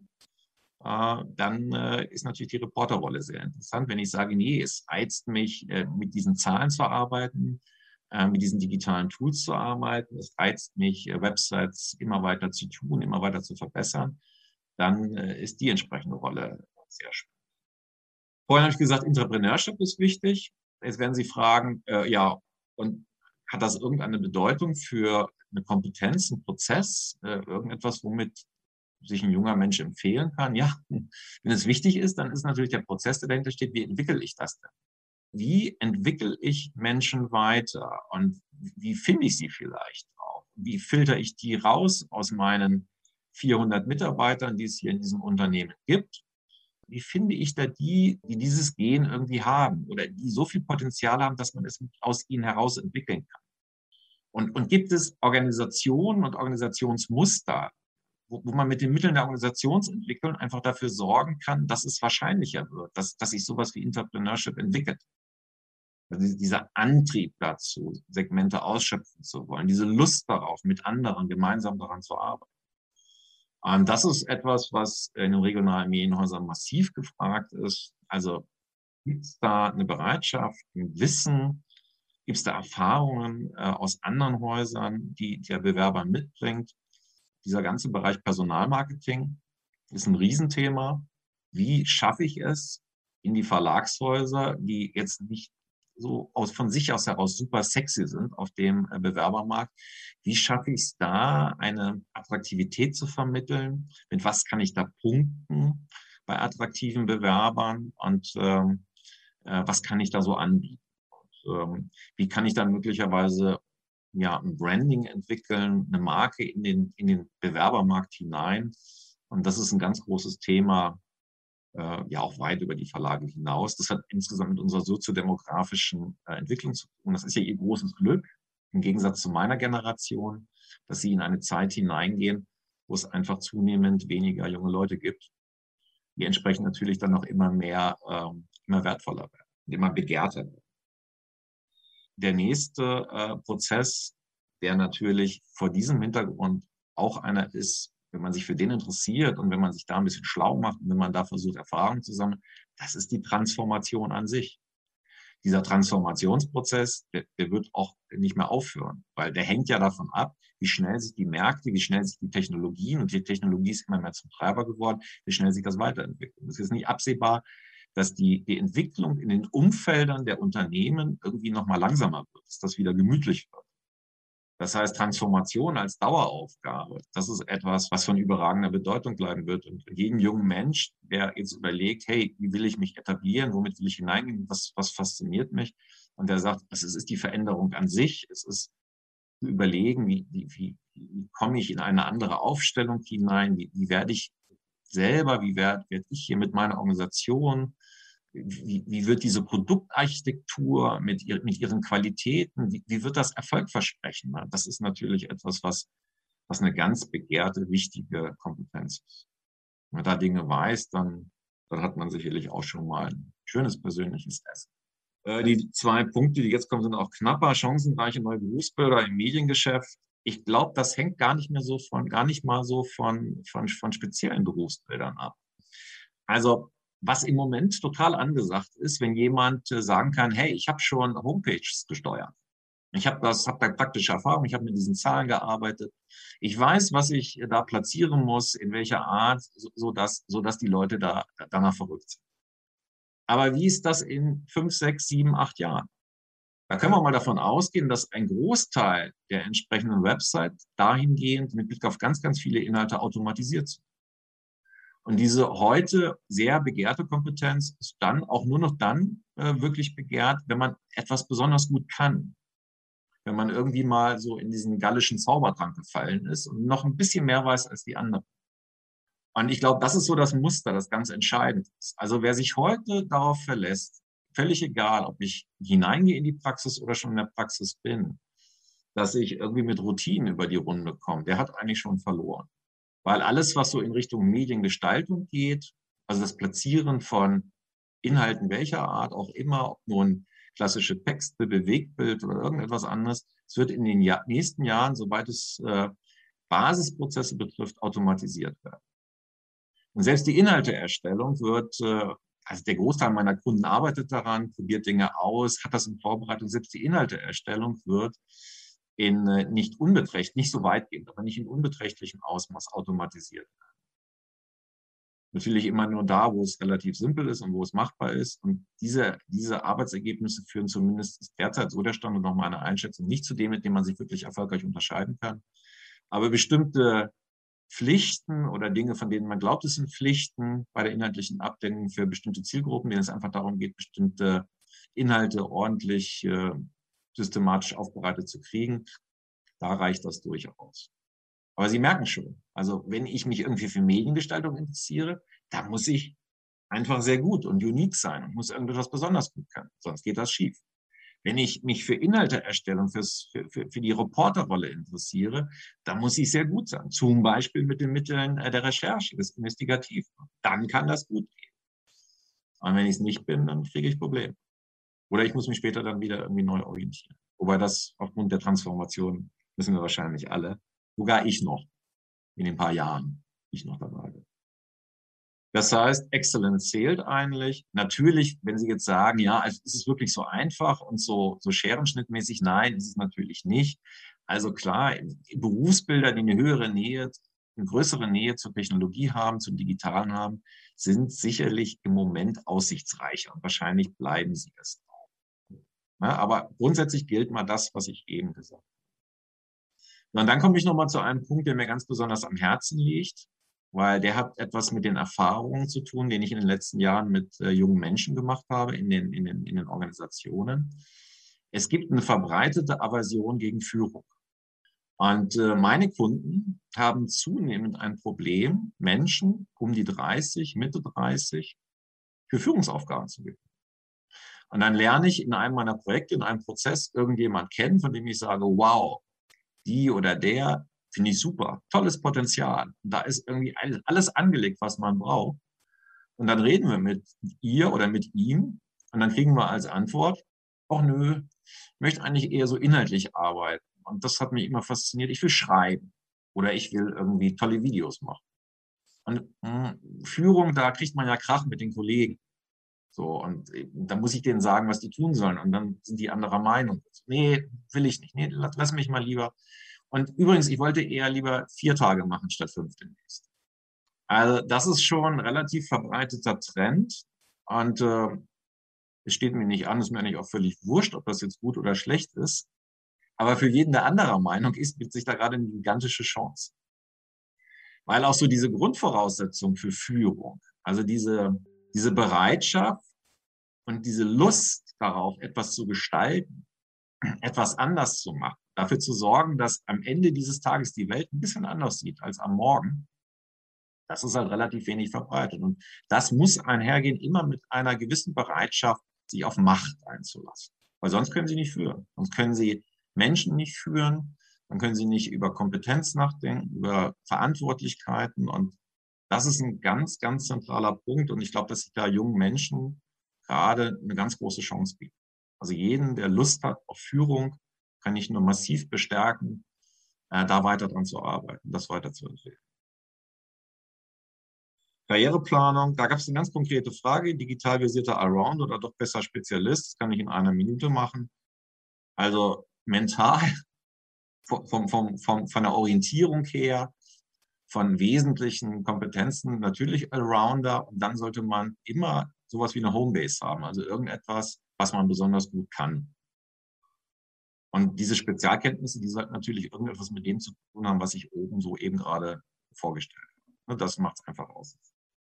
dann ist natürlich die Reporterrolle sehr interessant. Wenn ich sage, nee, es reizt mich, mit diesen Zahlen zu arbeiten, mit diesen digitalen Tools zu arbeiten, es reizt mich, Websites immer weiter zu tun, immer weiter zu verbessern, dann ist die entsprechende Rolle sehr spannend. Vorhin habe ich gesagt, Entrepreneurship ist wichtig. Jetzt werden Sie fragen, ja, und hat das irgendeine Bedeutung für eine Kompetenz, einen Prozess, irgendetwas, womit sich ein junger Mensch empfehlen kann? Ja, wenn es wichtig ist, dann ist natürlich der Prozess, der dahinter steht, wie entwickle ich das denn? Wie entwickle ich Menschen weiter und wie finde ich sie vielleicht auch? Wie filter ich die raus aus meinen 400 Mitarbeitern, die es hier in diesem Unternehmen gibt? Wie finde ich da die dieses Gen irgendwie haben oder die so viel Potenzial haben, dass man es aus ihnen heraus entwickeln kann? Und gibt es Organisationen und Organisationsmuster, wo man mit den Mitteln der Organisationsentwicklung einfach dafür sorgen kann, dass es wahrscheinlicher wird, dass sich sowas wie Entrepreneurship entwickelt? Also dieser Antrieb dazu, Segmente ausschöpfen zu wollen, diese Lust darauf, mit anderen gemeinsam daran zu arbeiten. Das ist etwas, was in den regionalen Medienhäusern massiv gefragt ist. Also gibt es da eine Bereitschaft, ein Wissen, gibt es da Erfahrungen aus anderen Häusern, die der Bewerber mitbringt? Dieser ganze Bereich Personalmarketing ist ein Riesenthema. Wie schaffe ich es in die Verlagshäuser, die jetzt nicht so von sich aus heraus super sexy sind auf dem Bewerbermarkt. Wie schaffe ich es da, eine Attraktivität zu vermitteln? Mit was kann ich da punkten bei attraktiven Bewerbern? Und was kann ich da so anbieten? Und, wie kann ich dann möglicherweise ja, ein Branding entwickeln, eine Marke in den Bewerbermarkt hinein? Und das ist ein ganz großes Thema ja auch weit über die Verlage hinaus. Das hat insgesamt mit unserer soziodemografischen Entwicklung zu tun. Das ist ja ihr großes Glück, im Gegensatz zu meiner Generation, dass sie in eine Zeit hineingehen, wo es einfach zunehmend weniger junge Leute gibt, die entsprechend natürlich dann noch immer mehr, immer wertvoller werden, immer begehrter werden. Der nächste Prozess, der natürlich vor diesem Hintergrund auch einer ist, wenn man sich für den interessiert und wenn man sich da ein bisschen schlau macht und wenn man da versucht, Erfahrungen zu sammeln, das ist die Transformation an sich. Dieser Transformationsprozess, der wird auch nicht mehr aufhören, weil der hängt ja davon ab, wie schnell sich die Märkte, wie schnell sich die Technologien, und die Technologie ist immer mehr zum Treiber geworden, wie schnell sich das weiterentwickelt. Es ist nicht absehbar, dass die Entwicklung in den Umfeldern der Unternehmen irgendwie nochmal langsamer wird, dass das wieder gemütlich wird. Das heißt, Transformation als Daueraufgabe, das ist etwas, was von überragender Bedeutung bleiben wird. Und jedem jungen Mensch, der jetzt überlegt, hey, wie will ich mich etablieren, womit will ich hineingehen, was fasziniert mich? Und der sagt, es ist die Veränderung an sich, es ist zu überlegen, wie komme ich in eine andere Aufstellung hinein, wie werde ich selber, wie werde ich hier mit meiner Organisation, wie wird diese Produktarchitektur mit ihren Qualitäten, wie wird das Erfolg versprechen? Das ist natürlich etwas, was eine ganz begehrte, wichtige Kompetenz ist. Wenn man da Dinge weiß, dann hat man sicherlich auch schon mal ein schönes persönliches Essen. Die 2 Punkte, die jetzt kommen, sind auch knapper: chancenreiche neue Berufsbilder im Mediengeschäft. Ich glaube, das hängt gar nicht mal so von speziellen Berufsbildern ab. Also was im Moment total angesagt ist, wenn jemand sagen kann, hey, ich habe schon Homepages gesteuert. Ich habe da praktische Erfahrung, ich habe mit diesen Zahlen gearbeitet. Ich weiß, was ich da platzieren muss, in welcher Art, sodass die Leute danach verrückt sind. Aber wie ist das in 5, 6, 7, 8 Jahren? Da können wir mal davon ausgehen, dass ein Großteil der entsprechenden Website dahingehend mit Blick auf ganz, ganz viele Inhalte automatisiert sind. Und diese heute sehr begehrte Kompetenz ist dann auch nur noch dann wirklich begehrt, wenn man etwas besonders gut kann. Wenn man irgendwie mal so in diesen gallischen Zaubertrank gefallen ist und noch ein bisschen mehr weiß als die anderen. Und ich glaube, das ist so das Muster, das ganz entscheidend ist. Also wer sich heute darauf verlässt, völlig egal, ob ich hineingehe in die Praxis oder schon in der Praxis bin, dass ich irgendwie mit Routinen über die Runde komme, der hat eigentlich schon verloren. Weil alles, was so in Richtung Mediengestaltung geht, also das Platzieren von Inhalten welcher Art auch immer, ob nun klassische Texte, Bewegtbild oder irgendetwas anderes, es wird in den nächsten Jahren, sobald es Basisprozesse betrifft, automatisiert werden. Und selbst die Inhalteerstellung wird, also der Großteil meiner Kunden arbeitet daran, probiert Dinge aus, hat das in Vorbereitung. Selbst die Inhalteerstellung wird in nicht so weitgehend, aber nicht in unbeträchtlichem Ausmaß automatisiert werden. Natürlich immer nur da, wo es relativ simpel ist und wo es machbar ist. Und diese Arbeitsergebnisse führen zumindest derzeit, so der Stand und noch meine Einschätzung, nicht zu dem, mit dem man sich wirklich erfolgreich unterscheiden kann. Aber bestimmte Pflichten oder Dinge, von denen man glaubt, es sind Pflichten bei der inhaltlichen Abdeckung für bestimmte Zielgruppen, denen es einfach darum geht, bestimmte Inhalte ordentlich systematisch aufbereitet zu kriegen, da reicht das durchaus. Aber Sie merken schon, also wenn ich mich irgendwie für Mediengestaltung interessiere, da muss ich einfach sehr gut und unique sein und muss irgendetwas besonders gut können, sonst geht das schief. Wenn ich mich für Inhalteerstellung, für die Reporterrolle interessiere, dann muss ich sehr gut sein. Zum Beispiel mit den Mitteln der Recherche, des Investigativen. Dann kann das gut gehen. Und wenn ich es nicht bin, dann kriege ich Probleme. Oder ich muss mich später dann wieder irgendwie neu orientieren. Wobei das aufgrund der Transformation, wissen wir wahrscheinlich alle, sogar ich noch, in den paar Jahren, ich noch dabei bin. Das heißt, Excellence zählt eigentlich. Natürlich, wenn Sie jetzt sagen, ja, also ist es wirklich so einfach und so scherenschnittmäßig? Nein, ist es natürlich nicht. Also klar, Berufsbilder, die eine größere Nähe zur Technologie haben, zum Digitalen haben, sind sicherlich im Moment aussichtsreicher und wahrscheinlich bleiben sie es auch. Ja, aber grundsätzlich gilt mal das, was ich eben gesagt habe. Und dann komme ich nochmal zu einem Punkt, der mir ganz besonders am Herzen liegt, weil der hat etwas mit den Erfahrungen zu tun, den ich in den letzten Jahren mit jungen Menschen gemacht habe in den Organisationen. Es gibt eine verbreitete Aversion gegen Führung. Und meine Kunden haben zunehmend ein Problem, Menschen um die 30, Mitte 30, für Führungsaufgaben zu gewinnen. Und dann lerne ich in einem meiner Projekte, in einem Prozess irgendjemand kennen, von dem ich sage, wow, die oder der finde ich super, tolles Potenzial. Und da ist irgendwie alles angelegt, was man braucht. Und dann reden wir mit ihr oder mit ihm und dann kriegen wir als Antwort, ach nö, ich möchte eigentlich eher so inhaltlich arbeiten. Und das hat mich immer fasziniert. Ich will schreiben oder ich will irgendwie tolle Videos machen. Und Führung, da kriegt man ja Krach mit den Kollegen. So, und da muss ich denen sagen, was die tun sollen. Und dann sind die anderer Meinung. Nee, will ich nicht. Nee, lass mich mal lieber. Und übrigens, ich wollte eher lieber 4 Tage machen statt 5 demnächst. Also das ist schon ein relativ verbreiteter Trend. Und es steht mir nicht an, ist mir eigentlich auch völlig wurscht, ob das jetzt gut oder schlecht ist. Aber für jeden, der anderer Meinung ist, bietet sich da gerade eine gigantische Chance. Weil auch so diese Grundvoraussetzung für Führung, also diese Bereitschaft und diese Lust darauf, etwas zu gestalten, etwas anders zu machen, dafür zu sorgen, dass am Ende dieses Tages die Welt ein bisschen anders sieht als am Morgen, das ist halt relativ wenig verbreitet. Und das muss einhergehen immer mit einer gewissen Bereitschaft, sich auf Macht einzulassen. Weil sonst können sie nicht führen. Sonst können sie Menschen nicht führen. Dann können sie nicht über Kompetenz nachdenken, über Verantwortlichkeiten. Und das ist ein ganz, ganz zentraler Punkt. Und ich glaube, dass sich da jungen Menschen gerade eine ganz große Chance bietet. Also jeden, der Lust hat auf Führung, kann ich nur massiv bestärken, da weiter dran zu arbeiten, das weiterzuentwickeln. Karriereplanung, da gab es eine ganz konkrete Frage, digital versierter Allround oder doch besser Spezialist, das kann ich in einer Minute machen. Also mental, von der Orientierung her, von wesentlichen Kompetenzen natürlich Allrounder und dann sollte man immer sowas wie eine Homebase haben, also irgendetwas, was man besonders gut kann. Und diese Spezialkenntnisse, die sollten natürlich irgendetwas mit dem zu tun haben, was ich oben so eben gerade vorgestellt habe. Das macht es einfach aus.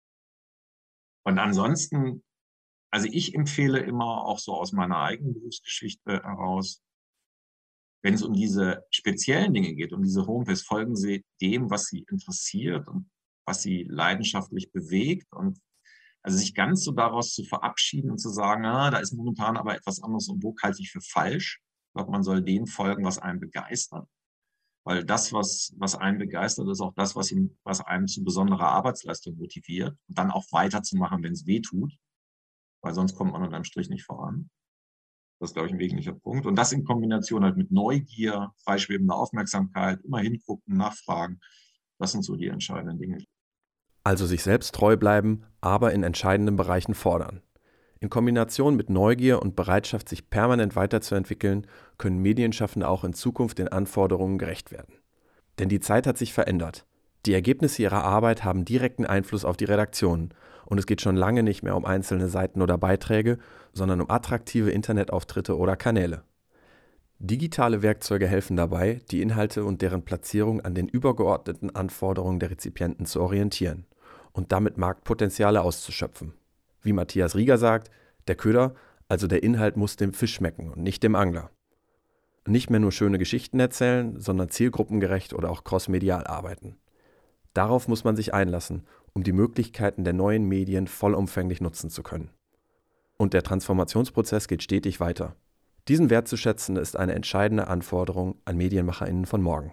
Und ansonsten, also ich empfehle immer auch so aus meiner eigenen Berufsgeschichte heraus, wenn es um diese speziellen Dinge geht, um diese Homebase, folgen Sie dem, was Sie interessiert und was Sie leidenschaftlich bewegt und also sich ganz so daraus zu verabschieden und zu sagen, da ist momentan aber etwas anderes und wo halte ich für falsch. Ich glaube, man soll dem folgen, was einen begeistert. Weil das, was einen begeistert, ist auch das, was einem zu besonderer Arbeitsleistung motiviert und dann auch weiterzumachen, wenn es weh tut. Weil sonst kommt man unterm Strich nicht voran. Das ist, glaube ich, ein wesentlicher Punkt. Und das in Kombination halt mit Neugier, freischwebender Aufmerksamkeit, immer hingucken, nachfragen. Das sind so die entscheidenden Dinge. Also sich selbst treu bleiben, aber in entscheidenden Bereichen fordern. In Kombination mit Neugier und Bereitschaft, sich permanent weiterzuentwickeln, können Medienschaffende auch in Zukunft den Anforderungen gerecht werden. Denn die Zeit hat sich verändert. Die Ergebnisse ihrer Arbeit haben direkten Einfluss auf die Redaktionen und es geht schon lange nicht mehr um einzelne Seiten oder Beiträge, sondern um attraktive Internetauftritte oder Kanäle. Digitale Werkzeuge helfen dabei, die Inhalte und deren Platzierung an den übergeordneten Anforderungen der Rezipienten zu orientieren und damit Marktpotenziale auszuschöpfen. Wie Matthias Rieger sagt, der Köder, also der Inhalt, muss dem Fisch schmecken und nicht dem Angler. Nicht mehr nur schöne Geschichten erzählen, sondern zielgruppengerecht oder auch crossmedial arbeiten. Darauf muss man sich einlassen, um die Möglichkeiten der neuen Medien vollumfänglich nutzen zu können. Und der Transformationsprozess geht stetig weiter. Diesen wertzuschätzen ist eine entscheidende Anforderung an MedienmacherInnen von morgen.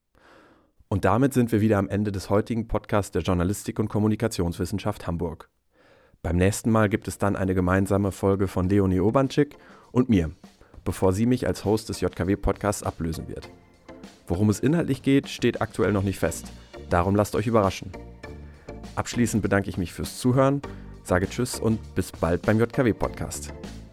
Und damit sind wir wieder am Ende des heutigen Podcasts der Journalistik und Kommunikationswissenschaft Hamburg. Beim nächsten Mal gibt es dann eine gemeinsame Folge von Leonie Urbanczyk und mir, bevor sie mich als Host des JKW-Podcasts ablösen wird. Worum es inhaltlich geht, steht aktuell noch nicht fest. Darum lasst euch überraschen. Abschließend bedanke ich mich fürs Zuhören, sage Tschüss und bis bald beim JKW-Podcast.